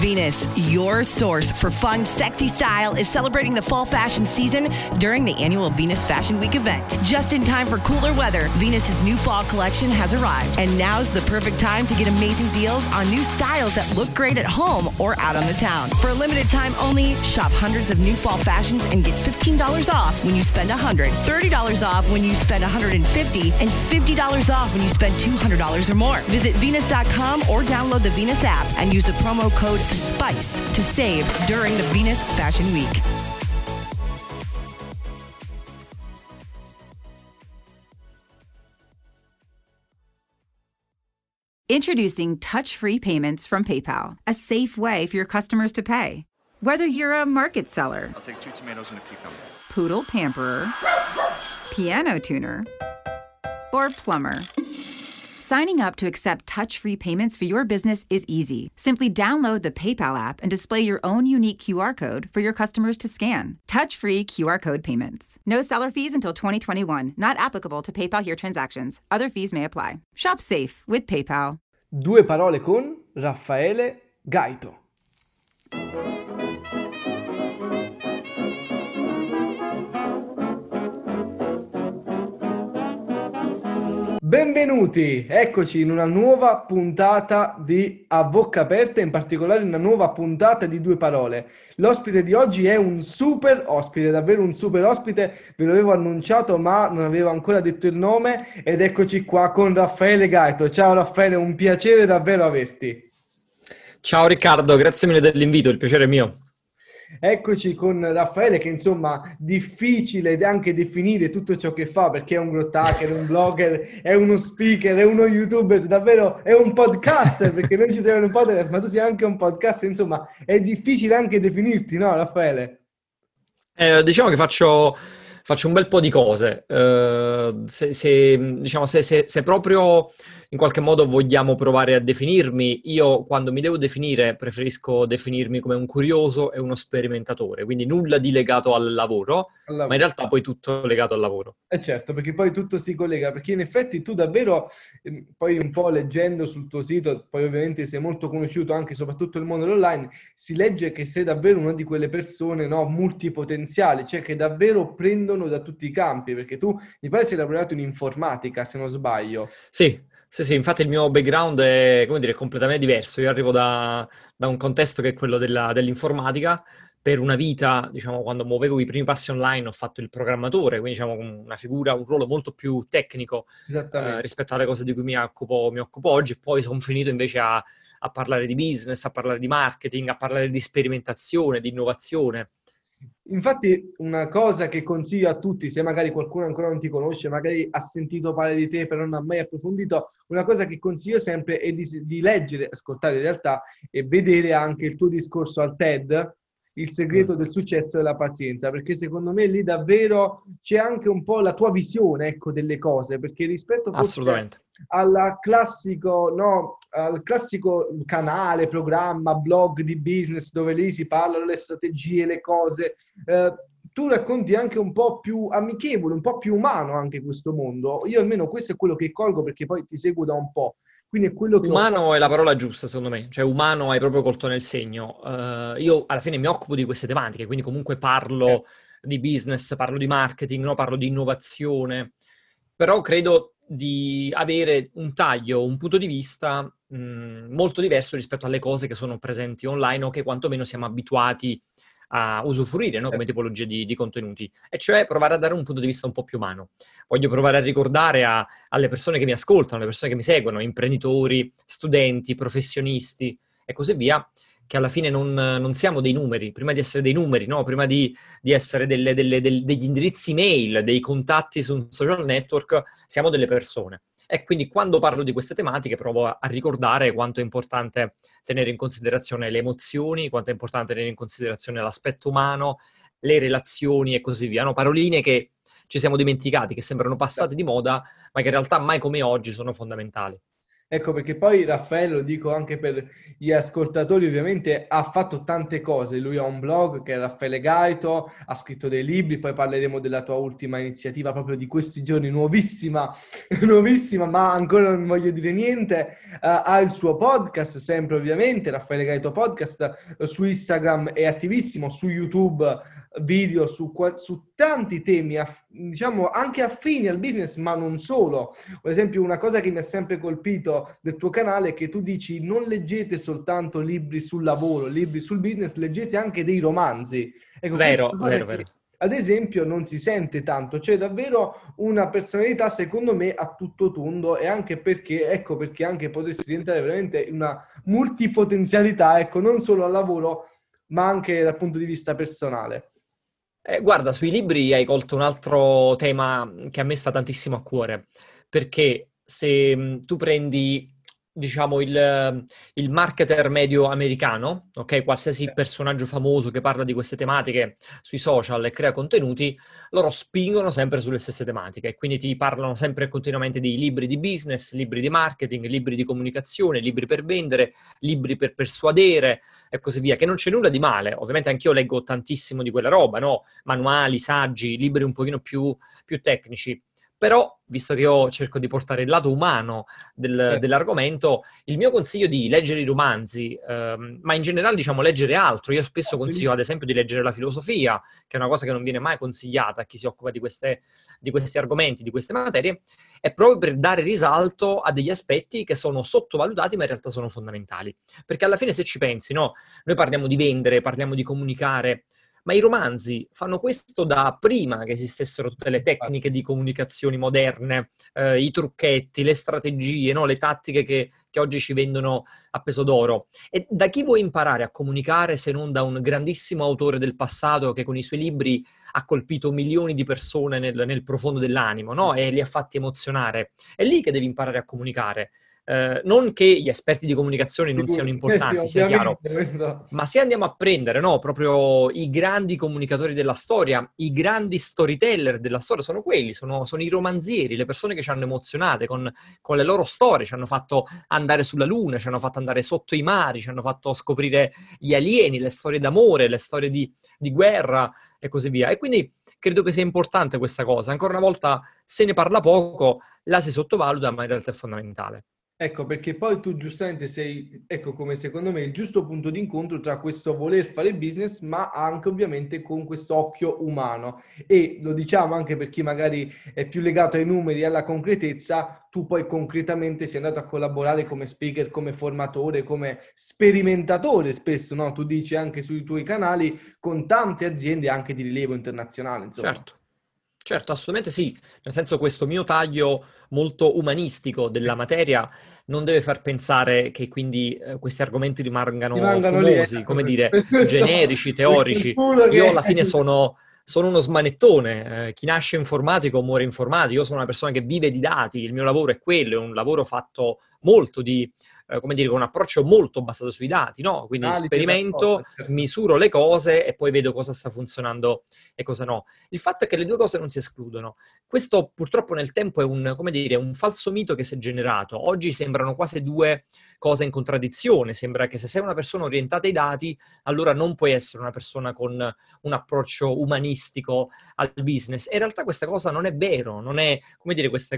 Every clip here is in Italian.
Venus, your source for fun, sexy style, is celebrating the fall fashion season during the annual Venus Fashion Week event. Just in time for cooler weather, Venus's new fall collection has arrived, and now's the perfect time to get amazing deals on new styles that look great at home or out on the town. For a limited time only, shop hundreds of new fall fashions and get $15 off when you spend $100, $30 off when you spend $150, and $50 off when you spend $200 or more. Visit Venus.com or download the Venus app and use the promo code SPICE to save during the Venus Fashion Week. Introducing touch-free payments from PayPal, a safe way for your customers to pay. Whether you're a market seller, I'll take 2 tomatoes and a cucumber, poodle pamperer, piano tuner, or plumber, signing up to accept touch-free payments for your business is easy. Simply download the PayPal app and display your own unique QR code for your customers to scan. Touch-free QR code payments. No seller fees until 2021. Not applicable to PayPal Here transactions. Other fees may apply. Shop safe with PayPal. Due parole con Raffaele Gaito. Benvenuti, eccoci in una nuova puntata di A Bocca Aperta, in particolare in una nuova puntata di Due Parole. L'ospite di oggi è un super ospite, davvero un super ospite, ve l'avevo annunciato ma non avevo ancora detto il nome ed eccoci qua con Raffaele Gaito. Ciao Raffaele, un piacere davvero averti. Ciao Riccardo, grazie mille dell'invito, il piacere è mio. Eccoci con Raffaele che insomma difficile anche definire tutto ciò che fa perché è un growth hacker, è un blogger, è uno speaker, è uno youtuber, davvero è un podcaster perché noi ci troviamo in un podcast ma tu sei anche un podcaster, insomma è difficile anche definirti, no Raffaele? Diciamo che faccio un bel po' di cose, se proprio in qualche modo vogliamo provare a definirmi, io quando mi devo definire preferisco definirmi come un curioso e uno sperimentatore, quindi nulla di legato al lavoro, ma in realtà poi tutto legato al lavoro. Certo, perché poi tutto si collega, perché in effetti tu davvero, poi un po' leggendo sul tuo sito, poi ovviamente sei molto conosciuto anche soprattutto nel mondo dell'online, si legge che sei davvero una di quelle persone, no, multipotenziali, cioè che davvero prendono da tutti i campi, perché tu mi pare sei laureato in informatica, se non sbaglio. Sì, infatti il mio background è, come dire, completamente diverso. Io arrivo da un contesto che è quello dell'informatica. Per una vita, diciamo, quando muovevo i primi passi online ho fatto il programmatore, quindi diciamo un ruolo molto più tecnico rispetto alle cose di cui mi occupo oggi. E poi sono finito invece a parlare di business, a parlare di marketing, a parlare di sperimentazione, di innovazione. Infatti una cosa che consiglio a tutti, se magari qualcuno ancora non ti conosce, magari ha sentito parlare di te però non ha mai approfondito, una cosa che consiglio sempre è di leggere, ascoltare in realtà e vedere anche il tuo discorso al TED, Il segreto del successo e della pazienza, perché secondo me lì davvero c'è anche un po' la tua visione, ecco, delle cose, perché rispetto assolutamente al classico canale, programma, blog di business dove lì si parlano le strategie, le cose, tu racconti anche un po' più amichevole, un po' più umano anche questo mondo. Io almeno questo è quello che colgo perché poi ti seguo da un po'. Quindi è quello che umano è la parola giusta, secondo me. Cioè, umano hai proprio colto nel segno. Io alla fine mi occupo di queste tematiche, quindi comunque parlo di business, parlo di marketing, no? Parlo di innovazione. Però credo di avere un taglio, un punto di vista molto diverso rispetto alle cose che sono presenti online o che quantomeno siamo abituati a usufruire, no? Come tipologia di contenuti, e cioè provare a dare un punto di vista un po' più umano. Voglio provare a ricordare alle persone che mi ascoltano, alle persone che mi seguono, imprenditori, studenti, professionisti e così via, che alla fine non siamo dei numeri, prima di essere dei numeri, no? Prima di essere degli indirizzi mail, dei contatti su un social network, siamo delle persone. E quindi quando parlo di queste tematiche provo a ricordare quanto è importante tenere in considerazione le emozioni, quanto è importante tenere in considerazione l'aspetto umano, le relazioni e così via. No? Paroline che ci siamo dimenticati, che sembrano passate di moda, ma che in realtà mai come oggi sono fondamentali. Ecco, perché poi Raffaele, lo dico anche per gli ascoltatori, ovviamente ha fatto tante cose. Lui ha un blog che è Raffaele Gaito, ha scritto dei libri, poi parleremo della tua ultima iniziativa proprio di questi giorni, nuovissima, nuovissima, ma ancora non voglio dire niente. Ha il suo podcast, sempre ovviamente, Raffaele Gaito Podcast, su Instagram è attivissimo, su YouTube video su tanti temi, diciamo anche affini al business, ma non solo. Per esempio, una cosa che mi ha sempre colpito del tuo canale è che tu dici non leggete soltanto libri sul lavoro, libri sul business, leggete anche dei romanzi. Ecco, Vero, questa cosa vero. ad esempio non si sente tanto, c'è davvero una personalità secondo me a tutto tondo, e anche perché, ecco perché anche potresti diventare veramente una multipotenzialità, ecco, non solo al lavoro, ma anche dal punto di vista personale. Guarda, sui libri hai colto un altro tema che a me sta tantissimo a cuore, perché se tu prendi, diciamo, il marketer medio americano, ok? Qualsiasi personaggio famoso che parla di queste tematiche sui social e crea contenuti, loro spingono sempre sulle stesse tematiche e quindi ti parlano sempre e continuamente di libri di business, libri di marketing, libri di comunicazione, libri per vendere, libri per persuadere e così via, che non c'è nulla di male. Ovviamente anch'io leggo tantissimo di quella roba, no? Manuali, saggi, libri un pochino più tecnici. Però, visto che io cerco di portare il lato umano dell'argomento, il mio consiglio è di leggere i romanzi, ma in generale, diciamo, leggere altro. Io spesso consiglio, ad esempio, di leggere la filosofia, che è una cosa che non viene mai consigliata a chi si occupa di questi argomenti, di queste materie, è proprio per dare risalto a degli aspetti che sono sottovalutati, ma in realtà sono fondamentali. Perché alla fine, se ci pensi, no? Noi parliamo di vendere, parliamo di comunicare, ma i romanzi fanno questo da prima che esistessero tutte le tecniche di comunicazioni moderne, i trucchetti, le strategie, no? Le tattiche che oggi ci vendono a peso d'oro. E da chi vuoi imparare a comunicare se non da un grandissimo autore del passato che con i suoi libri ha colpito milioni di persone nel profondo dell'animo, no? E li ha fatti emozionare. È lì che devi imparare a comunicare. Non che gli esperti di comunicazione non siano importanti, sia chiaro, ma se andiamo a prendere, no, proprio i grandi comunicatori della storia, i grandi storyteller della storia, sono quelli, sono i romanzieri, le persone che ci hanno emozionate con le loro storie, ci hanno fatto andare sulla luna, ci hanno fatto andare sotto i mari, ci hanno fatto scoprire gli alieni, le storie d'amore, le storie di guerra e così via. E quindi credo che sia importante questa cosa. Ancora una volta se ne parla poco, la si sottovaluta, ma in realtà è fondamentale. Ecco, perché poi tu giustamente sei, ecco, come secondo me il giusto punto di incontro tra questo voler fare business, ma anche ovviamente con questo occhio umano. E lo diciamo anche per chi magari è più legato ai numeri e alla concretezza, tu poi concretamente sei andato a collaborare come speaker, come formatore, come sperimentatore spesso, no? Tu dici anche sui tuoi canali, con tante aziende anche di rilievo internazionale, insomma. Certo, assolutamente sì. Nel senso, questo mio taglio molto umanistico della materia non deve far pensare che quindi questi argomenti rimangano Rimangono lì, fumosi, come dire, per questo, generici, per teorici. qualcuno Io che... alla fine sono uno smanettone. Chi nasce informatico muore informatico. Io sono una persona che vive di dati, il mio lavoro è quello, è un lavoro fatto molto come dire, con un approccio molto basato sui dati, no? Quindi sperimento, certo. misuro le cose e poi vedo cosa sta funzionando e cosa no. Il fatto è che le due cose non si escludono. Questo purtroppo nel tempo è come dire, un falso mito che si è generato. Oggi sembrano quasi due cose in contraddizione. Sembra che se sei una persona orientata ai dati, allora non puoi essere una persona con un approccio umanistico al business. E in realtà questa cosa non è vero, non è, come dire, questa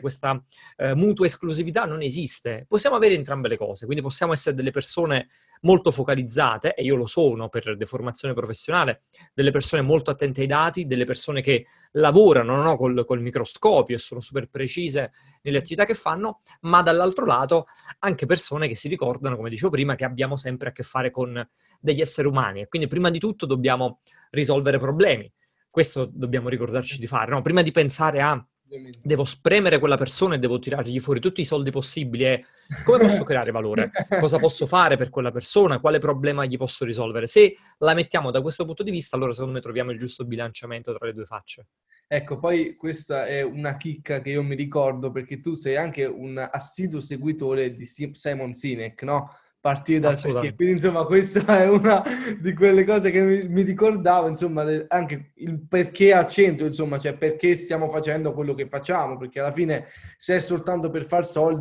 mutua esclusività non esiste. Possiamo avere entrambe le cose, quindi possiamo essere delle persone molto focalizzate, e io lo sono per deformazione professionale, delle persone molto attente ai dati, delle persone che lavorano, no, col microscopio e sono super precise nelle attività che fanno, ma dall'altro lato anche persone che si ricordano, come dicevo prima, che abbiamo sempre a che fare con degli esseri umani e quindi prima di tutto dobbiamo risolvere problemi. Questo dobbiamo ricordarci di fare, no? Prima di pensare a devo spremere quella persona e devo tirargli fuori tutti i soldi possibili e come posso creare valore? Cosa posso fare per quella persona? Quale problema gli posso risolvere? Se la mettiamo da questo punto di vista, allora secondo me troviamo il giusto bilanciamento tra le due facce. Ecco, poi questa è una chicca che io mi ricordo perché tu sei anche un assiduo seguitore di Simon Sinek, no? Partire dal perché. Quindi, insomma, questa è una di quelle cose che mi ricordavo, insomma, anche il perché al centro, insomma, cioè perché stiamo facendo quello che facciamo, perché alla fine se è soltanto per far soldi,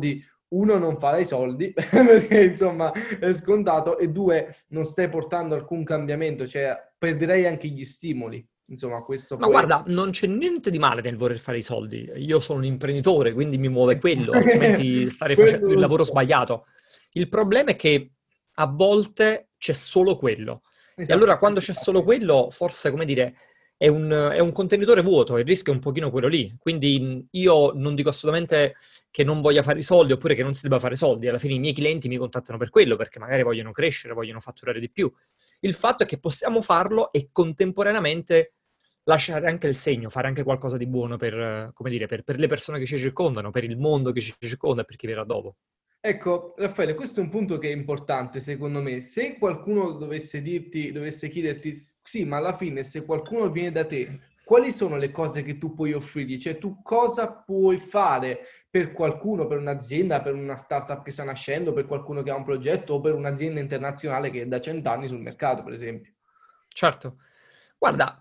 uno, non farai soldi, perché insomma è scontato, e due, non stai portando alcun cambiamento, cioè perderei anche gli stimoli. Insomma, questo Ma poi... guarda, non c'è niente di male nel voler fare i soldi. Io sono un imprenditore, quindi mi muove quello, altrimenti starei facendo Quello il lo lavoro so. sbagliato. Il problema è che a volte c'è solo quello. E Esatto, allora quando c'è solo infatti. quello, forse, come dire, è un contenitore vuoto, il rischio è un pochino quello lì. Quindi io non dico assolutamente che non voglia fare i soldi oppure che non si debba fare soldi. Alla fine i miei clienti mi contattano per quello, perché magari vogliono crescere, vogliono fatturare di più. Il fatto è che possiamo farlo e contemporaneamente lasciare anche il segno, fare anche qualcosa di buono per, come dire, per le persone che ci circondano, per il mondo che ci circonda e per chi verrà dopo. Ecco, Raffaele, questo è un punto che è importante secondo me. Se qualcuno dovesse dirti, dovesse chiederti, sì, ma alla fine se qualcuno viene da te, quali sono le cose che tu puoi offrirgli? Cioè, tu cosa puoi fare per qualcuno, per un'azienda, per una startup che sta nascendo, per qualcuno che ha un progetto o per un'azienda internazionale che è da 100 anni sul mercato, per esempio? Certo. Guarda,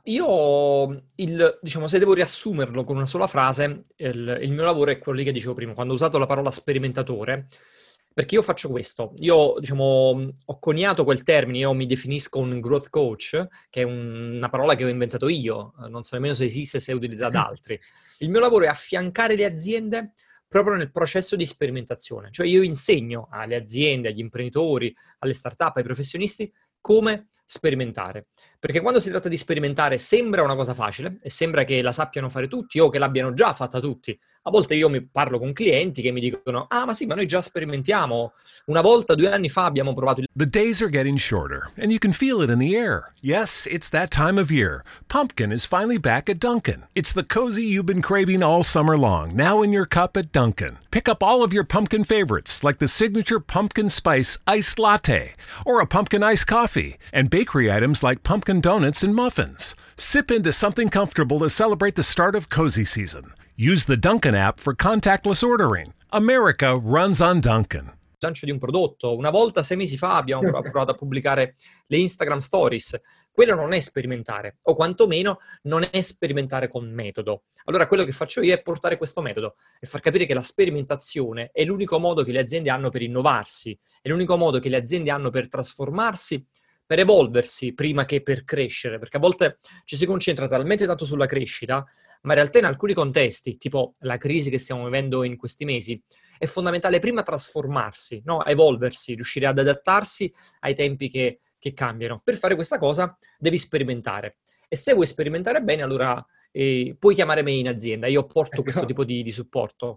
io, diciamo, se devo riassumerlo con una sola frase, il mio lavoro è quello lì che dicevo prima, quando ho usato la parola sperimentatore, perché io faccio questo. Io, diciamo, ho coniato quel termine, io mi definisco un growth coach, che è una parola che ho inventato io, non so nemmeno se esiste, se è utilizzata da altri. Il mio lavoro è affiancare le aziende proprio nel processo di sperimentazione. Cioè io insegno alle aziende, agli imprenditori, alle start-up, ai professionisti come sperimentare. Perché quando si tratta di sperimentare sembra una cosa facile e sembra che la sappiano fare tutti o che l'abbiano già fatta tutti. A volte io mi parlo con clienti che mi dicono: ah, ma sì, ma noi già sperimentiamo. Una volta, 2 anni fa, abbiamo provato il... The days are getting shorter, and you can feel it in the air. Yes, it's that time of year. Pumpkin is finally back at Dunkin'. It's the cozy you've been craving all summer long, now in your cup at Dunkin'. Pick up all of your pumpkin favorites, like the signature pumpkin spice iced latte, or a pumpkin iced coffee, and bakery items like pumpkin donuts and muffins. Sip into something comfortable to celebrate the start of cozy season. Use the Dunkin' app for contactless ordering. America runs on Dunkin'. lancio di un prodotto. Una volta, 6 mesi fa, abbiamo provato a pubblicare le Instagram Stories. Quello non è sperimentare, o quantomeno non è sperimentare con metodo. Allora quello che faccio io è portare questo metodo e far capire che la sperimentazione è l'unico modo che le aziende hanno per innovarsi, è l'unico modo che le aziende hanno per trasformarsi, per evolversi prima che per crescere, perché a volte ci si concentra talmente tanto sulla crescita, ma in realtà in alcuni contesti, tipo la crisi che stiamo vivendo in questi mesi, è fondamentale prima trasformarsi, no? Evolversi, riuscire ad adattarsi ai tempi che cambiano. Per fare questa cosa devi sperimentare. E se vuoi sperimentare bene, allora puoi chiamare me in azienda. Io porto questo tipo di supporto.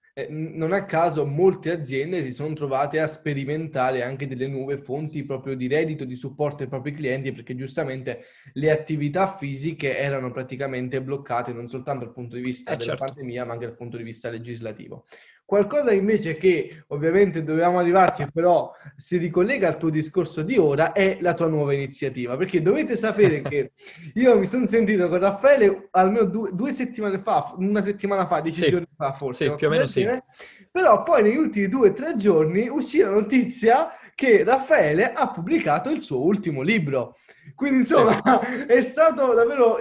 Non a caso molte aziende si sono trovate a sperimentare anche delle nuove fonti proprio di reddito, di supporto ai propri clienti, perché giustamente le attività fisiche erano praticamente bloccate non soltanto dal punto di vista della Certo. pandemia, ma anche dal punto di vista legislativo. Qualcosa invece che ovviamente dovevamo arrivarci, però si ricollega al tuo discorso di ora, è la tua nuova iniziativa, perché dovete sapere che io mi sono sentito con Raffaele almeno 2 settimane fa, una settimana fa, 10 giorni fa forse. Sì, più o meno sì. Però poi negli ultimi 2 o 3 giorni uscì la notizia che Raffaele ha pubblicato il suo ultimo libro. Quindi insomma è stato davvero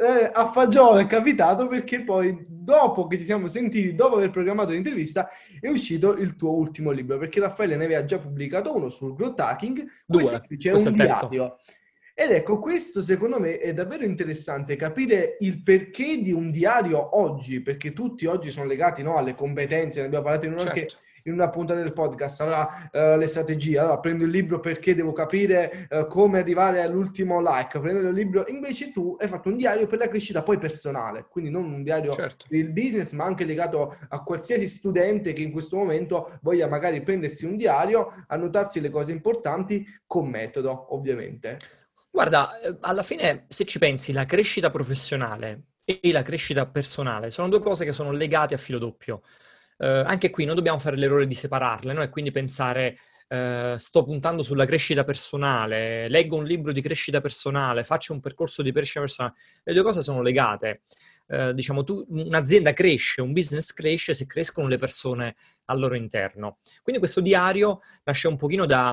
a fagiolo, è capitato, perché poi dopo che ci siamo sentiti, dopo aver programmato l'intervista, è uscito il tuo ultimo libro, perché Raffaele ne aveva già pubblicato uno sul growth hacking, questo invece è un diario. Ed ecco, questo secondo me è davvero interessante, capire il perché di un diario oggi, perché tutti oggi sono legati, no, alle competenze, ne abbiamo parlato anche in una puntata del podcast. Allora, le strategie, allora prendo il libro perché devo capire come arrivare all'ultimo like, prendo il libro, invece tu hai fatto un diario per la crescita poi personale, quindi non un diario per il business, ma anche legato a qualsiasi studente che in questo momento voglia magari prendersi un diario, annotarsi le cose importanti con metodo, ovviamente. Guarda, alla fine, se ci pensi, la crescita professionale e la crescita personale sono due cose che sono legate a filo doppio. Anche qui non dobbiamo fare l'errore di separarle, no? E quindi pensare, sto puntando sulla crescita personale, leggo un libro di crescita personale, faccio un percorso di crescita personale. Le due cose sono legate. Diciamo, un'azienda cresce, un business cresce se crescono le persone al loro interno. Quindi questo diario nasce un pochino da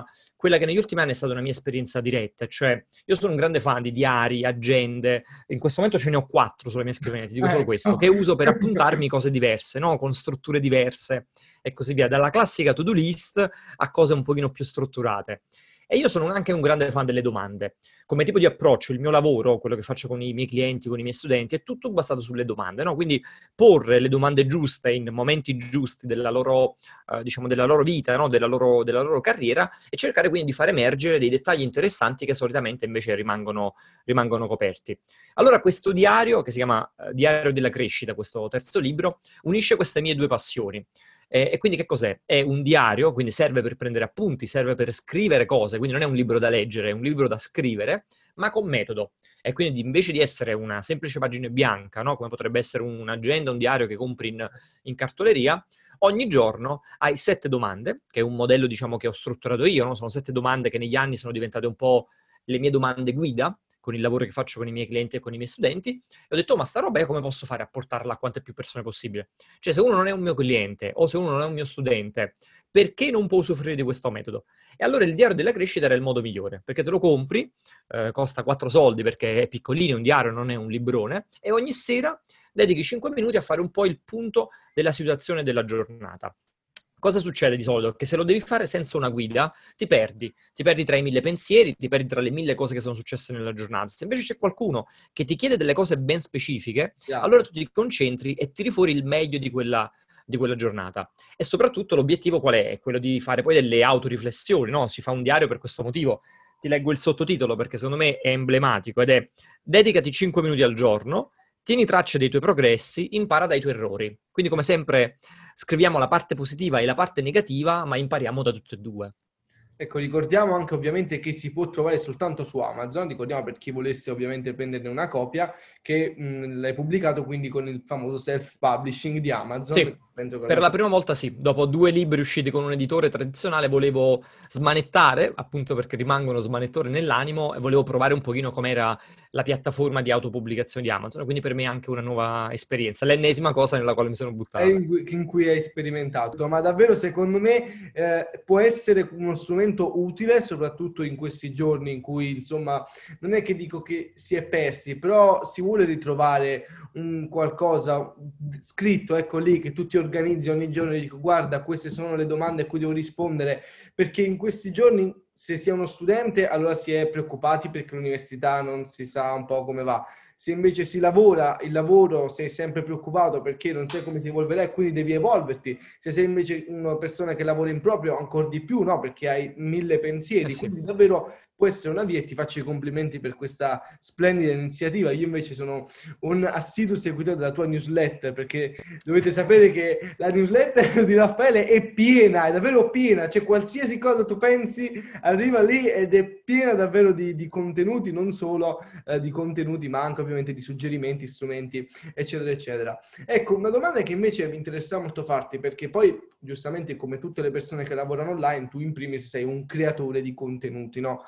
quella che negli ultimi anni è stata una mia esperienza diretta, cioè io sono un grande fan di diari, agende, in questo momento ce ne ho 4 sulla mia scrivania, ti dico solo questo, che uso per appuntarmi cose diverse, no? Con strutture diverse e così via, dalla classica to-do list a cose un pochino più strutturate. E io sono anche un grande fan delle domande. Come tipo di approccio, il mio lavoro, quello che faccio con i miei clienti, con i miei studenti, è tutto basato sulle domande, no? Quindi porre le domande giuste in momenti giusti della loro, diciamo, della loro vita, no? Della loro carriera, e cercare quindi di far emergere dei dettagli interessanti che solitamente invece rimangono coperti. Allora questo diario, che si chiama Diario della crescita, questo terzo libro, unisce queste mie 2 passioni. E quindi che cos'è? È un diario, quindi serve per prendere appunti, serve per scrivere cose, quindi non è un libro da leggere, è un libro da scrivere, ma con metodo. E quindi invece di essere una semplice pagina bianca, no? Come potrebbe essere un'agenda, un diario che compri in cartoleria, ogni giorno hai 7 domande, che è un modello, diciamo, che ho strutturato io, no? Sono 7 domande che negli anni sono diventate un po' le mie domande guida, con il lavoro che faccio con i miei clienti e con i miei studenti, e ho detto, ma sta roba io come posso fare a portarla a quante più persone possibile? Cioè, se uno non è un mio cliente o se uno non è un mio studente, perché non può usufruire di questo metodo? E allora il diario della crescita era il modo migliore, perché te lo compri, costa 4 soldi perché è piccolino, un diario, non è un librone, e ogni sera dedichi 5 minuti a fare un po' il punto della situazione della giornata. Cosa succede di solito? Che se lo devi fare senza una guida, ti perdi tra i 1000 pensieri, ti perdi tra le 1000 cose che sono successe nella giornata. Se invece c'è qualcuno che ti chiede delle cose ben specifiche, allora tu ti concentri e tiri fuori il meglio di quella giornata. E soprattutto l'obiettivo qual è? È quello di fare poi delle autoriflessioni, no? Si fa un diario per questo motivo. Ti leggo il sottotitolo perché secondo me è emblematico ed è: dedicati 5 minuti al giorno, tieni traccia dei tuoi progressi, impara dai tuoi errori. Quindi, come sempre, scriviamo la parte positiva e la parte negativa, ma impariamo da tutte e 2. Ecco, ricordiamo anche ovviamente che si può trovare soltanto su Amazon, ricordiamo per chi volesse ovviamente prenderne una copia, che l'hai pubblicato quindi con il famoso self-publishing di Amazon. Sì, per la prima volta sì. Dopo 2 libri usciti con un editore tradizionale volevo smanettare, appunto perché rimangono smanettore nell'animo, e volevo provare un pochino com'era la piattaforma di autopubblicazione di Amazon, quindi per me è anche una nuova esperienza, l'ennesima cosa nella quale mi sono buttato. In cui hai sperimentato, ma davvero secondo me può essere uno strumento utile, soprattutto in questi giorni in cui, insomma, non è che dico che si è persi, però si vuole ritrovare un qualcosa scritto, ecco lì, che tu ti organizzi ogni giorno e dico, guarda, queste sono le domande a cui devo rispondere, perché in questi giorni, se si è uno studente, allora si è preoccupati perché l'università non si sa un po' come va. Se invece si lavora, il lavoro sei sempre preoccupato perché non sai come ti evolverai, quindi devi evolverti. Se sei invece una persona che lavora in proprio, ancora di più, no? Perché hai 1000 pensieri. Sì. Quindi davvero può essere una via, e ti faccio i complimenti per questa splendida iniziativa. Io invece sono un assiduo seguitore della tua newsletter, perché dovete sapere che la newsletter di Raffaele è piena, è davvero piena. Cioè qualsiasi cosa tu pensi arriva lì ed è piena davvero di contenuti, non solo di contenuti, ma anche ovviamente di suggerimenti, strumenti, eccetera, eccetera. Ecco, una domanda che invece mi interessa molto farti, perché poi, giustamente, come tutte le persone che lavorano online, tu in primis sei un creatore di contenuti, no?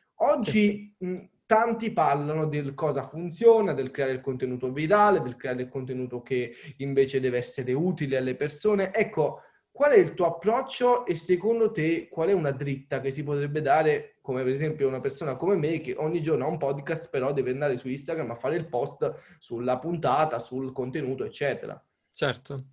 Oggi tanti parlano del cosa funziona, del creare il contenuto virale, del creare il contenuto che invece deve essere utile alle persone. Ecco, qual è il tuo approccio e secondo te qual è una dritta che si potrebbe dare, come per esempio una persona come me che ogni giorno ha un podcast, però deve andare su Instagram a fare il post sulla puntata, sul contenuto, eccetera? Certo.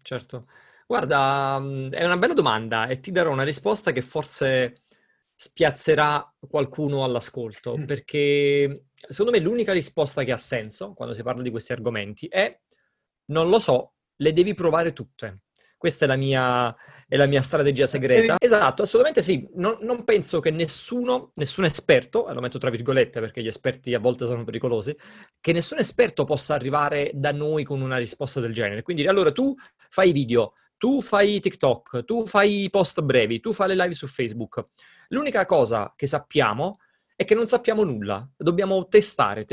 Guarda, è una bella domanda e ti darò una risposta che forse spiazzerà qualcuno all'ascolto, perché secondo me l'unica risposta che ha senso quando si parla di questi argomenti è: non lo so, le devi provare tutte. Questa è la mia strategia segreta. Esatto, assolutamente sì. Non penso che nessun esperto, e lo metto tra virgolette perché gli esperti a volte sono pericolosi, che nessun esperto possa arrivare da noi con una risposta del genere. Quindi allora tu fai video, tu fai TikTok, tu fai post brevi, tu fai le live su Facebook. L'unica cosa che sappiamo è che non sappiamo nulla. Dobbiamo testare.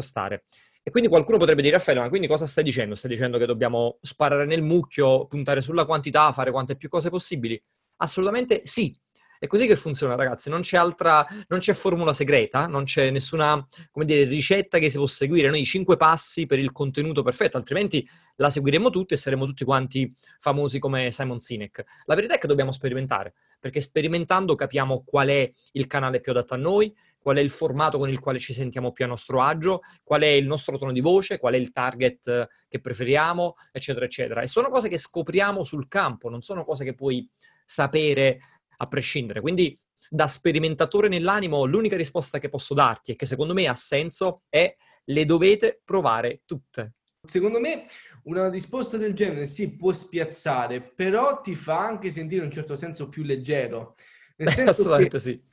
E quindi qualcuno potrebbe dire: Raffaele, ma quindi cosa stai dicendo? Stai dicendo che dobbiamo sparare nel mucchio, puntare sulla quantità, fare quante più cose possibili? Assolutamente sì. È così che funziona, ragazzi, non c'è formula segreta, non c'è nessuna, come dire, ricetta che si può seguire, noi 5 passi per il contenuto perfetto, altrimenti la seguiremo tutti e saremo tutti quanti famosi come Simon Sinek. La verità è che dobbiamo sperimentare, perché sperimentando capiamo qual è il canale più adatto a noi, qual è il formato con il quale ci sentiamo più a nostro agio, qual è il nostro tono di voce, qual è il target che preferiamo, eccetera, eccetera. E sono cose che scopriamo sul campo, non sono cose che puoi sapere a prescindere. Quindi da sperimentatore nell'animo l'unica risposta che posso darti e che secondo me ha senso è: le dovete provare tutte. Secondo me una risposta del genere si può spiazzare, però ti fa anche sentire in un certo senso più leggero. Nel senso Assolutamente che, sì.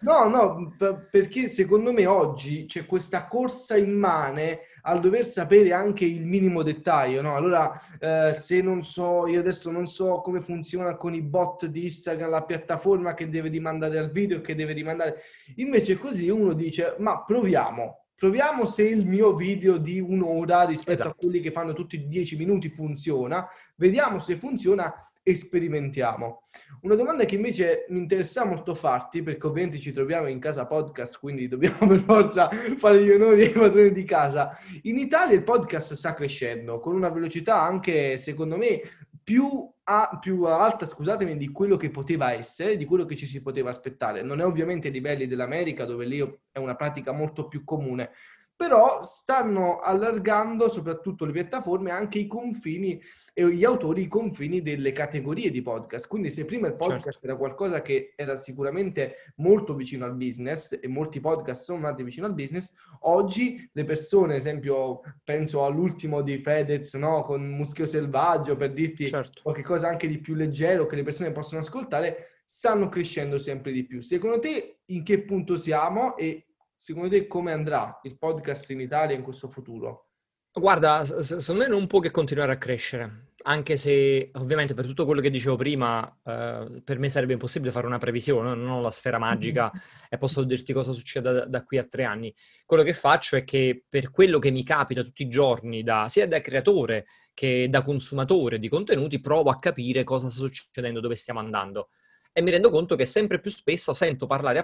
perché secondo me oggi c'è questa corsa immane al dover sapere anche il minimo dettaglio, no? Allora, se non so, io adesso non so come funziona con i bot di Instagram, la piattaforma che deve rimandare al video, che deve rimandare. Invece così uno dice, ma proviamo se il mio video di 1 ora rispetto a quelli che fanno tutti 10 minuti funziona, vediamo se funziona e sperimentiamo. Una domanda che invece mi interessa molto farti, perché ovviamente ci troviamo in casa podcast, quindi dobbiamo per forza fare gli onori ai padroni di casa. In Italia il podcast sta crescendo con una velocità anche, secondo me, più alta, scusatemi, di quello che poteva essere, di quello che ci si poteva aspettare. Non è ovviamente ai livelli dell'America, dove lì è una pratica molto più comune, però stanno allargando soprattutto le piattaforme anche i confini e gli autori i confini delle categorie di podcast. Quindi se prima il podcast era qualcosa che era sicuramente molto vicino al business e molti podcast sono nati vicino al business, oggi le persone, ad esempio penso all'ultimo di Fedez, no? Con Muschio Selvaggio, per dirti qualche cosa anche di più leggero che le persone possono ascoltare, stanno crescendo sempre di più. Secondo te in che punto siamo e secondo te come andrà il podcast in Italia in questo futuro? Guarda, secondo me non può che continuare a crescere, anche se ovviamente per tutto quello che dicevo prima, per me sarebbe impossibile fare una previsione, non ho la sfera magica e posso dirti cosa succede da qui a 3 anni. Quello che faccio è che per quello che mi capita tutti i giorni, sia da creatore che da consumatore di contenuti, provo a capire cosa sta succedendo, dove stiamo andando. E mi rendo conto che sempre più spesso sento parlare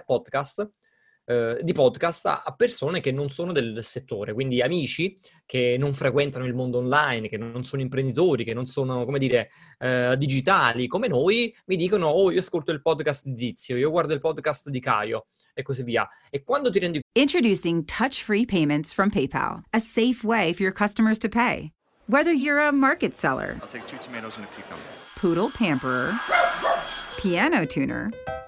di podcast a persone che non sono del settore, quindi amici che non frequentano il mondo online, che non sono imprenditori, che non sono, come dire, digitali come noi, mi dicono: oh, io ascolto il podcast di Tizio, io guardo il podcast di Caio e così via. E quando ti rendi... Introducing touch-free payments from PayPal, a safe way for your customers to pay. Whether you're a market seller, I'll take 2 tomatoes and a cucumber, poodle pamperer, piano tuner,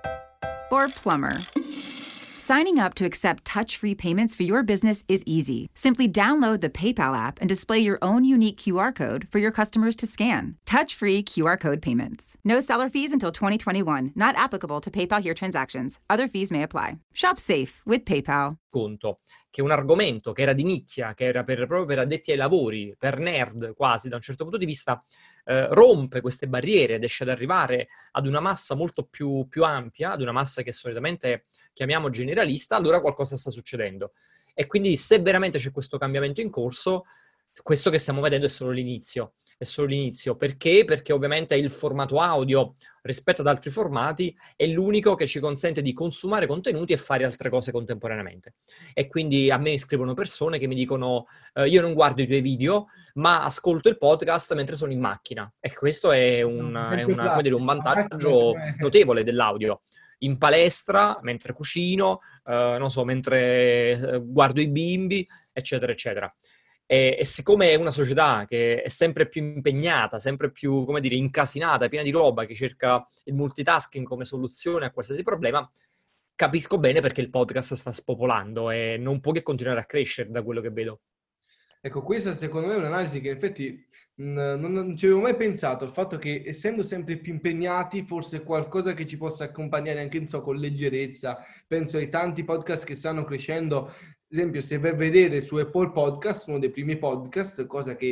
or plumber, signing up to accept touch-free payments for your business is easy. Simply download the PayPal app and display your own unique QR code for your customers to scan. Touch-free QR code payments. No seller fees until 2021. Not applicable to PayPal Here transactions. Other fees may apply. Shop safe with PayPal. Conto che un argomento che era di nicchia, che era proprio per addetti ai lavori, per nerd quasi da un certo punto di vista, rompe queste barriere ed riesce ad arrivare ad una massa molto più ampia, ad una massa che solitamente chiamiamo generalista, allora qualcosa sta succedendo. E quindi se veramente c'è questo cambiamento in corso, questo che stiamo vedendo è solo l'inizio. È solo l'inizio. Perché? Perché ovviamente il formato audio rispetto ad altri formati è l'unico che ci consente di consumare contenuti e fare altre cose contemporaneamente. E quindi a me scrivono persone che mi dicono: io non guardo i tuoi video, ma ascolto il podcast mentre sono in macchina. E questo è un vantaggio notevole dell'audio. In palestra, mentre cucino, non so, mentre guardo i bimbi, eccetera, eccetera. E siccome è una società che è sempre più impegnata, sempre più, come dire, incasinata, piena di roba, che cerca il multitasking come soluzione a qualsiasi problema, capisco bene perché il podcast sta spopolando e non può che continuare a crescere da quello che vedo. Ecco, questa secondo me è un'analisi che in effetti non ci avevo mai pensato, il fatto che essendo sempre più impegnati, forse qualcosa che ci possa accompagnare anche, non so, con leggerezza. Penso ai tanti podcast che stanno crescendo. Ad esempio, se vai a vedere su Apple Podcast, uno dei primi podcast, cosa che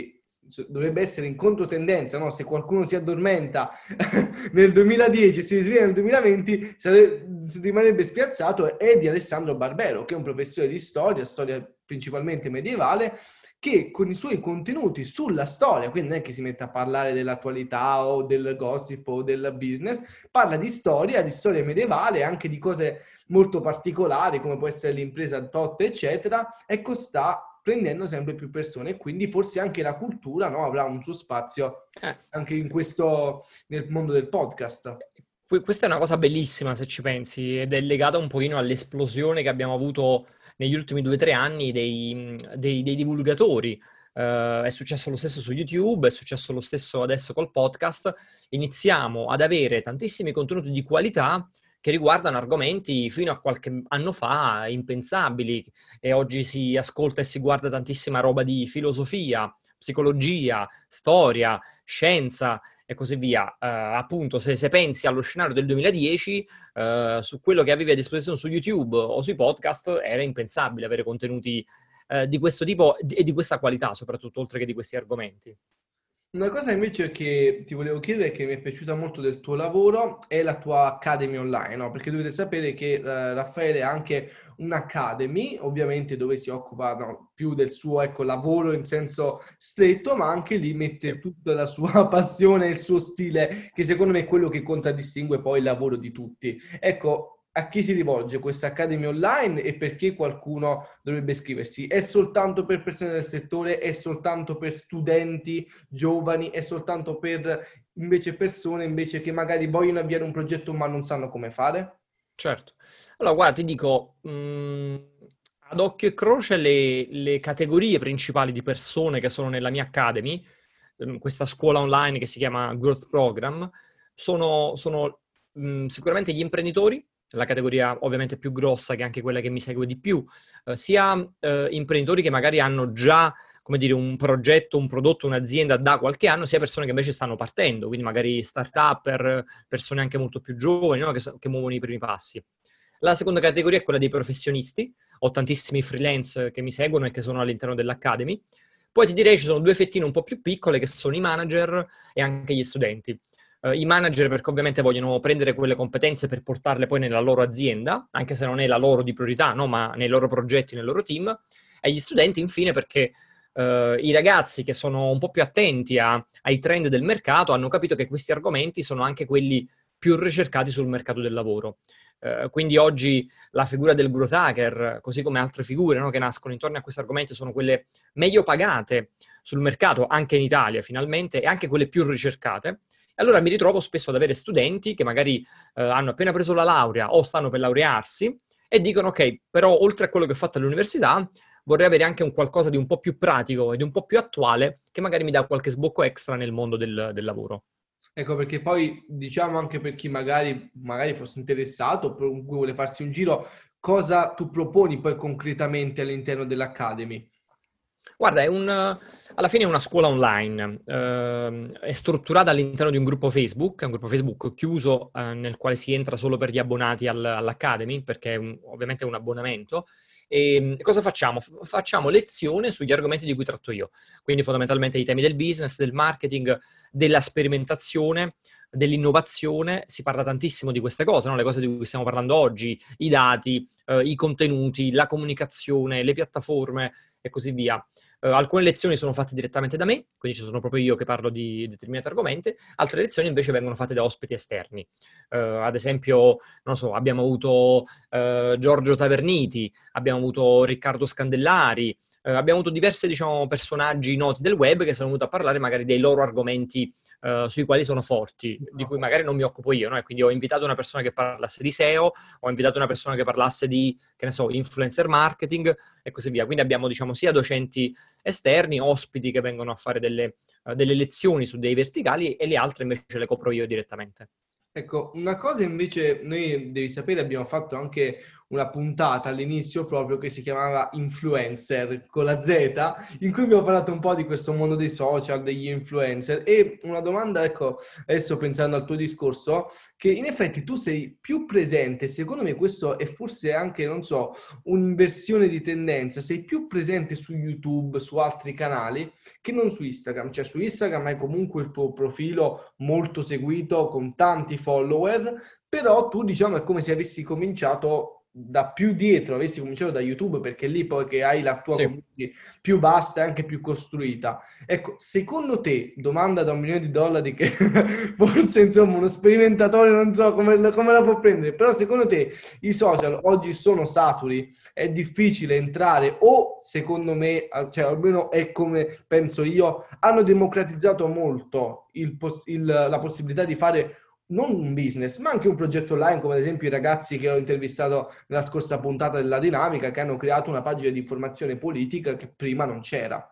dovrebbe essere in controtendenza, no? Se qualcuno si addormenta nel 2010 e si risveglia nel 2020, rimarrebbe spiazzato, è di Alessandro Barbero, che è un professore di storia principalmente medievale, che con i suoi contenuti sulla storia, quindi non è che si mette a parlare dell'attualità o del gossip o del business, parla di storia medievale, anche di cose molto particolari come può essere l'impresa Totte, eccetera. Ecco, sta prendendo sempre più persone e quindi forse anche la cultura, no, avrà un suo spazio anche nel mondo del podcast. Questa è una cosa bellissima se ci pensi, ed è legata un pochino all'esplosione che abbiamo avuto negli ultimi 2 o 3 anni dei divulgatori. È successo lo stesso su YouTube, è successo lo stesso adesso col podcast. Iniziamo ad avere tantissimi contenuti di qualità che riguardano argomenti fino a qualche anno fa impensabili, e oggi si ascolta e si guarda tantissima roba di filosofia, psicologia, storia, scienza e così via. Appunto, se pensi allo scenario del 2010, su quello che avevi a disposizione su YouTube o sui podcast, era impensabile avere contenuti di questo tipo e di questa qualità, soprattutto, oltre che di questi argomenti. Una cosa invece che ti volevo chiedere, che mi è piaciuta molto del tuo lavoro, è la tua Academy online, no? Perché dovete sapere che Raffaele ha anche un'Academy, ovviamente, dove si occupa, no, più del suo, ecco, lavoro in senso stretto, ma anche lì mette tutta la sua passione e il suo stile, che secondo me è quello che contraddistingue poi il lavoro di tutti. Ecco, a chi si rivolge questa Academy online e perché qualcuno dovrebbe iscriversi? È soltanto per persone del settore? È soltanto per studenti giovani? È soltanto per invece persone invece che magari vogliono avviare un progetto ma non sanno come fare? Certo. Allora, guarda, ti dico, ad occhio e croce le categorie principali di persone che sono nella mia Academy, questa scuola online che si chiama Growth Program, sono sicuramente gli imprenditori, la categoria ovviamente più grossa, che è anche quella che mi segue di più, sia imprenditori che magari hanno già, come dire, un progetto, un prodotto, un'azienda da qualche anno, sia persone che invece stanno partendo, quindi magari start-up, persone anche molto più giovani, no? che muovono i primi passi. La seconda categoria è quella dei professionisti, ho tantissimi freelance che mi seguono e che sono all'interno dell'Academy. Poi ti direi ci sono 2 fettine un po' più piccole, che sono i manager e anche gli studenti. I manager perché ovviamente vogliono prendere quelle competenze per portarle poi nella loro azienda, anche se non è la loro di priorità, no? Ma nei loro progetti, nel loro team. E gli studenti infine perché i ragazzi che sono un po' più attenti ai trend del mercato hanno capito che questi argomenti sono anche quelli più ricercati sul mercato del lavoro. Quindi oggi la figura del growth hacker, così come altre figure, no, che nascono intorno a questi argomenti, sono quelle meglio pagate sul mercato, anche in Italia finalmente, e anche quelle più ricercate. Allora mi ritrovo spesso ad avere studenti che magari hanno appena preso la laurea o stanno per laurearsi e dicono: ok, però oltre a quello che ho fatto all'università vorrei avere anche un qualcosa di un po' più pratico ed un po' più attuale, che magari mi dà qualche sbocco extra nel mondo del lavoro. Ecco, perché poi diciamo anche per chi magari fosse interessato o vuole farsi un giro, cosa tu proponi poi concretamente all'interno dell'Academy? Guarda, alla fine è una scuola online, è strutturata all'interno di un gruppo Facebook chiuso, nel quale si entra solo per gli abbonati all'Academy, perché ovviamente è un abbonamento. E cosa facciamo? Facciamo lezione sugli argomenti di cui tratto io, quindi fondamentalmente i temi del business, del marketing, della sperimentazione, dell'innovazione. Si parla tantissimo di queste cose, no? Le cose di cui stiamo parlando oggi, i dati, i contenuti, la comunicazione, le piattaforme e così via. Alcune lezioni sono fatte direttamente da me, quindi ci sono proprio io che parlo di determinati argomenti, altre lezioni invece vengono fatte da ospiti esterni. Ad esempio, non so, abbiamo avuto Giorgio Taverniti, abbiamo avuto Riccardo Scandellari, abbiamo avuto diversi, diciamo, personaggi noti del web che sono venuti a parlare magari dei loro argomenti sui quali sono forti, di cui magari non mi occupo io, no? E quindi ho invitato una persona che parlasse di SEO, ho invitato una persona che parlasse di, che ne so, influencer marketing e così via. Quindi abbiamo, diciamo, sia docenti esterni, ospiti che vengono a fare delle lezioni su dei verticali, e le altre invece le copro io direttamente. Ecco, una cosa invece, noi devi sapere, abbiamo fatto anche una puntata all'inizio proprio che si chiamava Influencer con la Z, in cui abbiamo parlato un po' di questo mondo dei social, degli influencer. E una domanda, ecco, adesso pensando al tuo discorso, che in effetti tu sei più presente, secondo me questo è forse anche, non so, un'inversione di tendenza, sei più presente su YouTube, su altri canali, che non su Instagram. Cioè su Instagram hai comunque il tuo profilo molto seguito con tanti follower, però tu diciamo è come se avessi cominciato da più dietro, avessi cominciato da YouTube, perché lì poi che hai la tua Sì. community più vasta e anche più costruita. Ecco, secondo te, domanda da $1 milione che forse insomma uno sperimentatore non so come la può prendere, però secondo te i social oggi sono saturi? È difficile entrare o secondo me, cioè almeno è come penso io, hanno democratizzato molto la possibilità di fare non un business, ma anche un progetto online, come ad esempio i ragazzi che ho intervistato nella scorsa puntata della Dinamica, che hanno creato una pagina di informazione politica che prima non c'era.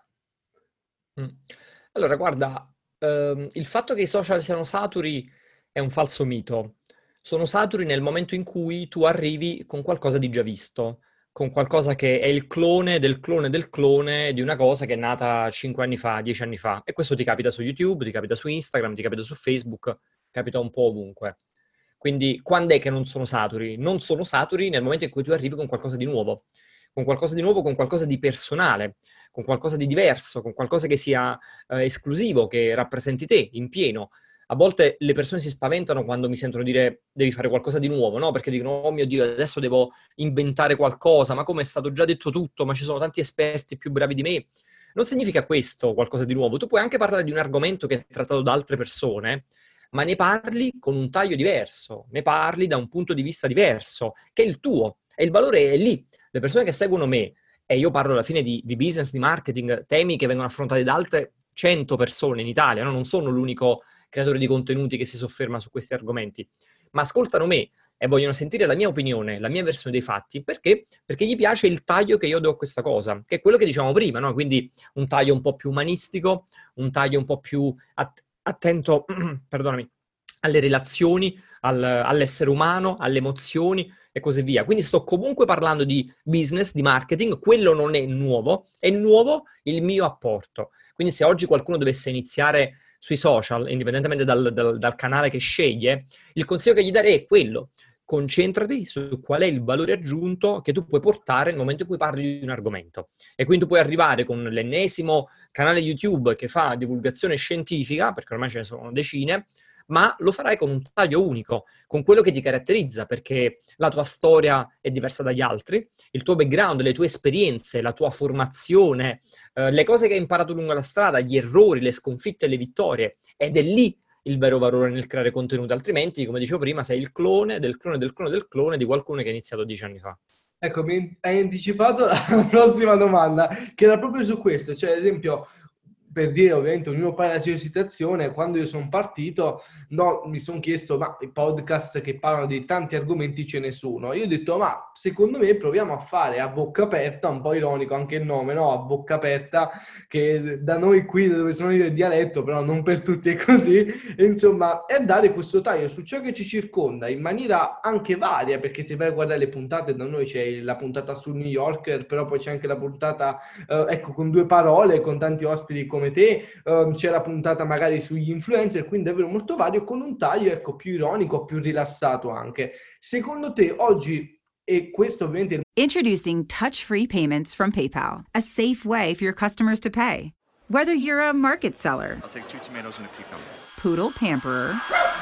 Allora, guarda, il fatto che i social siano saturi è un falso mito. Sono saturi nel momento in cui tu arrivi con qualcosa di già visto, con qualcosa che è il clone del clone del clone di una cosa che è nata 5 anni fa, 10 anni fa. E questo ti capita su YouTube, ti capita su Instagram, ti capita su Facebook, capita un po' ovunque. Quindi, quando è che non sono saturi? Non sono saturi nel momento in cui tu arrivi con qualcosa di nuovo, con qualcosa di nuovo, con qualcosa di personale, con qualcosa di diverso, con qualcosa che sia esclusivo, che rappresenti te in pieno. A volte le persone si spaventano quando mi sentono dire devi fare qualcosa di nuovo, no? Perché dicono, oh mio Dio, adesso devo inventare qualcosa, ma come è stato già detto tutto, ma ci sono tanti esperti più bravi di me. Non significa questo qualcosa di nuovo. Tu puoi anche parlare di un argomento che è trattato da altre persone, ma ne parli con un taglio diverso, ne parli da un punto di vista diverso, che è il tuo, e il valore è lì. Le persone che seguono me, e io parlo alla fine di business, di marketing, temi che vengono affrontati da altre 100 persone in Italia, no? Non sono l'unico creatore di contenuti che si sofferma su questi argomenti, ma ascoltano me e vogliono sentire la mia opinione, la mia versione dei fatti, perché? Perché gli piace il taglio che io do a questa cosa, che è quello che dicevamo prima, no? Quindi un taglio un po' più umanistico, un taglio un po' più attento, perdonami, alle relazioni, all'essere umano, alle emozioni e così via. Quindi sto comunque parlando di business, di marketing, quello non è nuovo, è nuovo il mio apporto. Quindi se oggi qualcuno dovesse iniziare sui social, indipendentemente dal canale che sceglie, il consiglio che gli darei è quello: concentrati su qual è il valore aggiunto che tu puoi portare nel momento in cui parli di un argomento. E quindi tu puoi arrivare con l'ennesimo canale YouTube che fa divulgazione scientifica, perché ormai ce ne sono decine, ma lo farai con un taglio unico, con quello che ti caratterizza, perché la tua storia è diversa dagli altri, il tuo background, le tue esperienze, la tua formazione, le cose che hai imparato lungo la strada, gli errori, le sconfitte e le vittorie, ed è lì il vero valore nel creare contenuti, altrimenti, come dicevo prima, sei il clone del clone del clone del clone di qualcuno che ha iniziato 10 anni fa. Ecco, mi hai anticipato la prossima domanda, che era proprio su questo, cioè ad esempio, per dire ovviamente ognuno parla della sua situazione, quando io sono partito, no, mi sono chiesto, ma i podcast che parlano di tanti argomenti ce ne sono? Io ho detto, ma secondo me proviamo a fare A Bocca Aperta, un po' ironico anche il nome, no? A Bocca Aperta, che da noi qui dove sono io è dialetto, però non per tutti è così, e insomma, è dare questo taglio su ciò che ci circonda in maniera anche varia, perché se vai a guardare le puntate, da noi c'è la puntata sul New Yorker, però poi c'è anche la puntata, ecco, con 2 parole, con tanti ospiti come te, c'è la puntata magari sugli influencer, quindi davvero molto vario, con un taglio, ecco, più ironico, più rilassato anche. Secondo te oggi, e questo ovviamente... Introducing touch-free payments from PayPal, a safe way for your customers to pay. Whether you're a market seller, I'll take 2 tomatoes and a cucumber. poodle pamperer,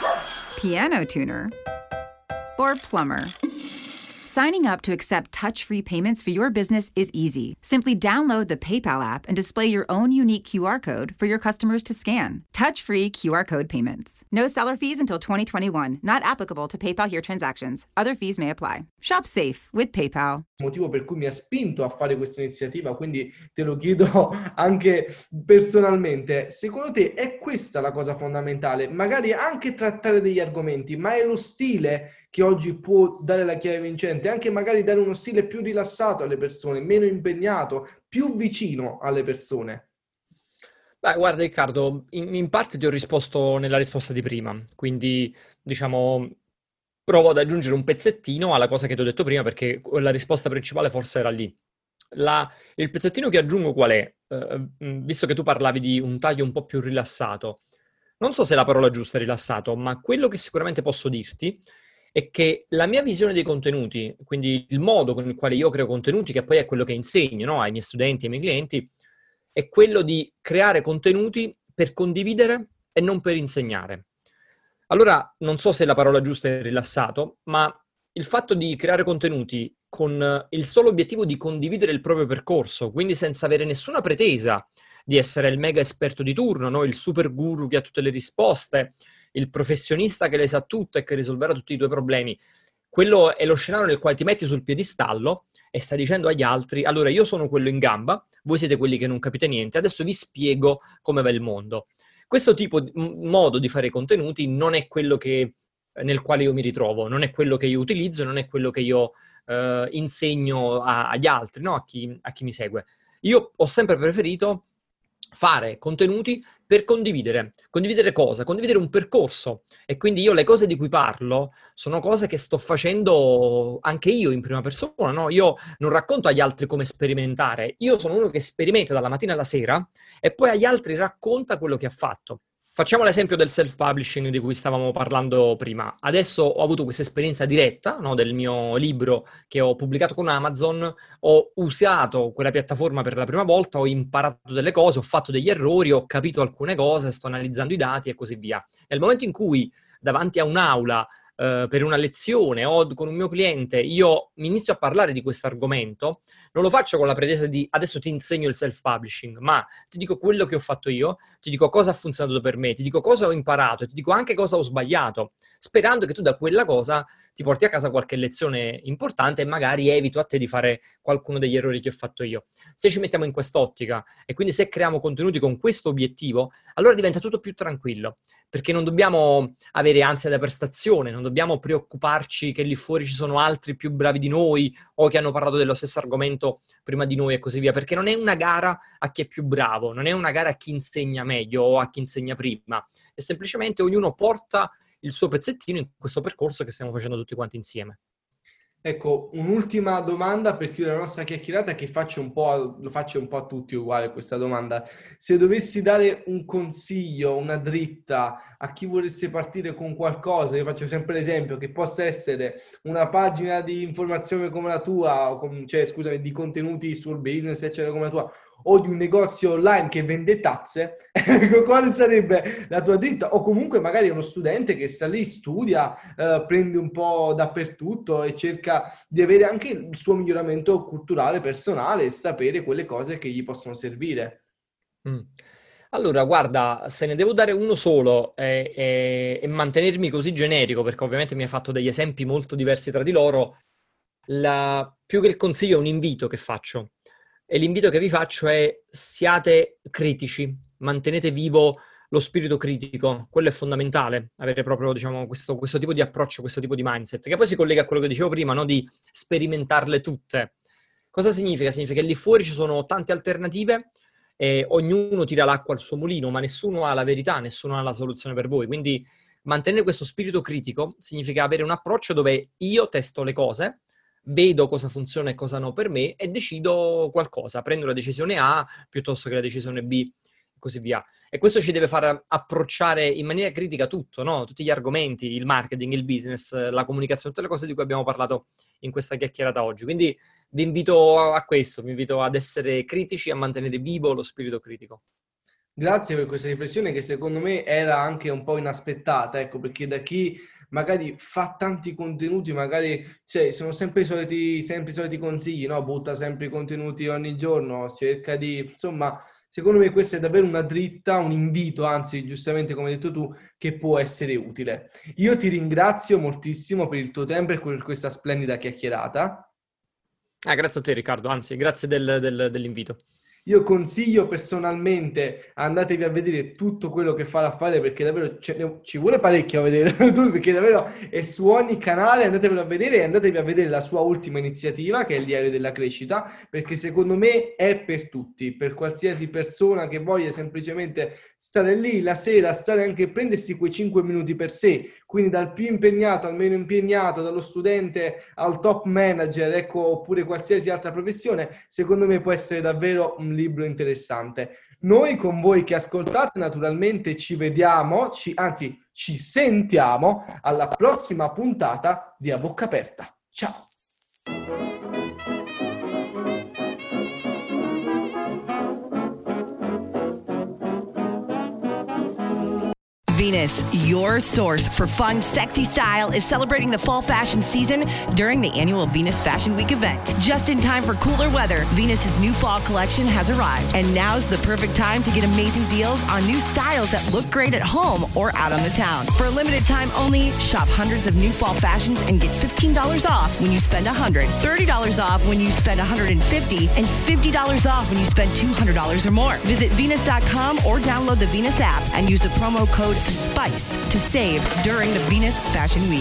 piano tuner, or plumber, signing up to accept touch-free payments for your business is easy. Simply download the PayPal app and display your own unique QR code for your customers to scan. Touch-free QR code payments. No seller fees until 2021. Not applicable to PayPal here transactions. Other fees may apply. Shop safe with PayPal. Motivo per cui mi ha spinto a fare questa iniziativa, quindi te lo chiedo anche personalmente. Secondo te è questa la cosa fondamentale? Magari anche trattare degli argomenti, ma è lo stile che oggi può dare la chiave vincente, anche magari dare uno stile più rilassato alle persone, meno impegnato, più vicino alle persone. Beh, guarda Riccardo, in parte ti ho risposto nella risposta di prima, quindi diciamo provo ad aggiungere un pezzettino alla cosa che ti ho detto prima, perché la risposta principale forse era lì. Il pezzettino che aggiungo qual è? Visto che tu parlavi di un taglio un po' più rilassato, non so se è la parola giusta è rilassato, ma quello che sicuramente posso dirti è che la mia visione dei contenuti, quindi il modo con il quale io creo contenuti, che poi è quello che insegno, no, ai miei studenti, ai miei clienti, è quello di creare contenuti per condividere e non per insegnare. Allora, non so se la parola giusta è rilassato, ma il fatto di creare contenuti con il solo obiettivo di condividere il proprio percorso, quindi senza avere nessuna pretesa di essere il mega esperto di turno, no? Il super guru che ha tutte le risposte, il professionista che le sa tutte e che risolverà tutti i tuoi problemi. Quello è lo scenario nel quale ti metti sul piedistallo e stai dicendo agli altri: allora io sono quello in gamba, voi siete quelli che non capite niente, adesso vi spiego come va il mondo. Questo tipo di modo di fare contenuti non è quello nel quale io mi ritrovo, non è quello che io utilizzo, non è quello che io insegno agli altri, no? A chi mi segue. Io ho sempre preferito fare contenuti per condividere. Condividere cosa? Condividere un percorso. E quindi io le cose di cui parlo sono cose che sto facendo anche io in prima persona, no? Io non racconto agli altri come sperimentare. Io sono uno che sperimenta dalla mattina alla sera e poi agli altri racconta quello che ha fatto. Facciamo l'esempio del self-publishing di cui stavamo parlando prima. Adesso ho avuto questa esperienza diretta, no, del mio libro che ho pubblicato con Amazon, ho usato quella piattaforma per la prima volta, ho imparato delle cose, ho fatto degli errori, ho capito alcune cose, sto analizzando i dati e così via. Nel momento in cui davanti a un'aula per una lezione o con un mio cliente io mi inizio a parlare di questo argomento, non lo faccio con la pretesa di adesso ti insegno il self-publishing, ma ti dico quello che ho fatto io, ti dico cosa ha funzionato per me, ti dico cosa ho imparato e ti dico anche cosa ho sbagliato, sperando che tu da quella cosa ti porti a casa qualche lezione importante e magari evito a te di fare qualcuno degli errori che ho fatto io. Se ci mettiamo in quest'ottica e quindi se creiamo contenuti con questo obiettivo, allora diventa tutto più tranquillo, perché non dobbiamo avere ansia da prestazione, non dobbiamo preoccuparci che lì fuori ci sono altri più bravi di noi o che hanno parlato dello stesso argomento prima di noi e così via, perché non è una gara a chi è più bravo, non è una gara a chi insegna meglio o a chi insegna prima, è semplicemente ognuno porta il suo pezzettino in questo percorso che stiamo facendo tutti quanti insieme. Ecco, un'ultima domanda per chiudere la nostra chiacchierata che lo faccio un po' a tutti uguale questa domanda. Se dovessi dare un consiglio, una dritta a chi volesse partire con qualcosa, io faccio sempre l'esempio che possa essere una pagina di informazione come la tua, di contenuti sul business, eccetera, come la tua, o di un negozio online che vende tazze, ecco, quale sarebbe la tua dritta? O comunque magari uno studente che sta lì, studia, prende un po' dappertutto e cerca di avere anche il suo miglioramento culturale, personale e sapere quelle cose che gli possono servire. Allora, guarda, se ne devo dare uno solo e mantenermi così generico, perché ovviamente mi hai fatto degli esempi molto diversi tra di loro, più che il consiglio è un invito che faccio. E l'invito che vi faccio è: siate critici, mantenete vivo lo spirito critico, quello è fondamentale, avere proprio, diciamo, questo tipo di approccio, questo tipo di mindset, che poi si collega a quello che dicevo prima, no? Di sperimentarle tutte. Cosa significa? Significa che lì fuori ci sono tante alternative e ognuno tira l'acqua al suo mulino, ma nessuno ha la verità, nessuno ha la soluzione per voi. Quindi mantenere questo spirito critico significa avere un approccio dove io testo le cose, vedo cosa funziona e cosa no per me e decido qualcosa, prendo la decisione A piuttosto che la decisione B e così via. E questo ci deve far approcciare in maniera critica tutto, no? Tutti gli argomenti, il marketing, il business, la comunicazione, tutte le cose di cui abbiamo parlato in questa chiacchierata oggi. Quindi vi invito a questo, vi invito ad essere critici e a mantenere vivo lo spirito critico. Grazie per questa riflessione che secondo me era anche un po' inaspettata, ecco, perché da chi magari fa tanti contenuti, magari sono sempre i soliti consigli, no? Butta sempre i contenuti ogni giorno, cerca di, insomma, secondo me questa è davvero una dritta, un invito, anzi, giustamente come hai detto tu, che può essere utile. Io ti ringrazio moltissimo per il tuo tempo e per questa splendida chiacchierata. Grazie a te Riccardo, anzi, grazie dell'invito. Io consiglio personalmente, andatevi a vedere tutto quello che fa Raffaele, perché davvero ci vuole parecchio a vedere, perché davvero è su ogni canale, andatevelo a vedere e andatevi a vedere la sua ultima iniziativa, che è il Diario della Crescita, perché secondo me è per tutti, per qualsiasi persona che voglia semplicemente stare lì la sera, stare anche prendersi quei 5 minuti per sé, quindi dal più impegnato al meno impegnato, dallo studente al top manager, ecco, oppure qualsiasi altra professione, secondo me può essere davvero un libro interessante. Noi con voi che ascoltate naturalmente ci vediamo, ci sentiamo alla prossima puntata di A Bocca Aperta. Ciao! Venus, your source for fun, sexy style, is celebrating the fall fashion season during the annual Venus Fashion Week event. Just in time for cooler weather, Venus's new fall collection has arrived, and now's the perfect time to get amazing deals on new styles that look great at home or out on the town. For a limited time only, shop hundreds of new fall fashions and get $15 off when you spend $100, $30 off when you spend $150, and $50 off when you spend $200 or more. Visit Venus.com or download the Venus app and use the promo code SPICE to save during the Venus Fashion Week.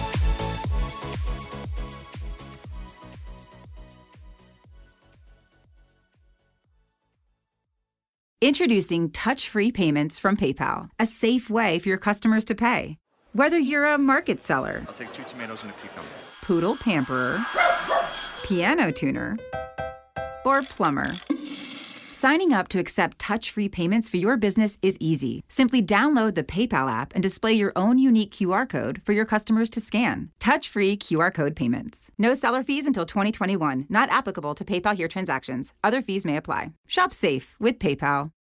Introducing touch-free payments from PayPal, a safe way for your customers to pay. Whether you're a market seller, I'll take 2 tomatoes and a cucumber, poodle pamperer, piano tuner, or plumber, signing up to accept touch-free payments for your business is easy. Simply download the PayPal app and display your own unique QR code for your customers to scan. Touch-free QR code payments. No seller fees until 2021. Not applicable to PayPal Here transactions. Other fees may apply. Shop safe with PayPal.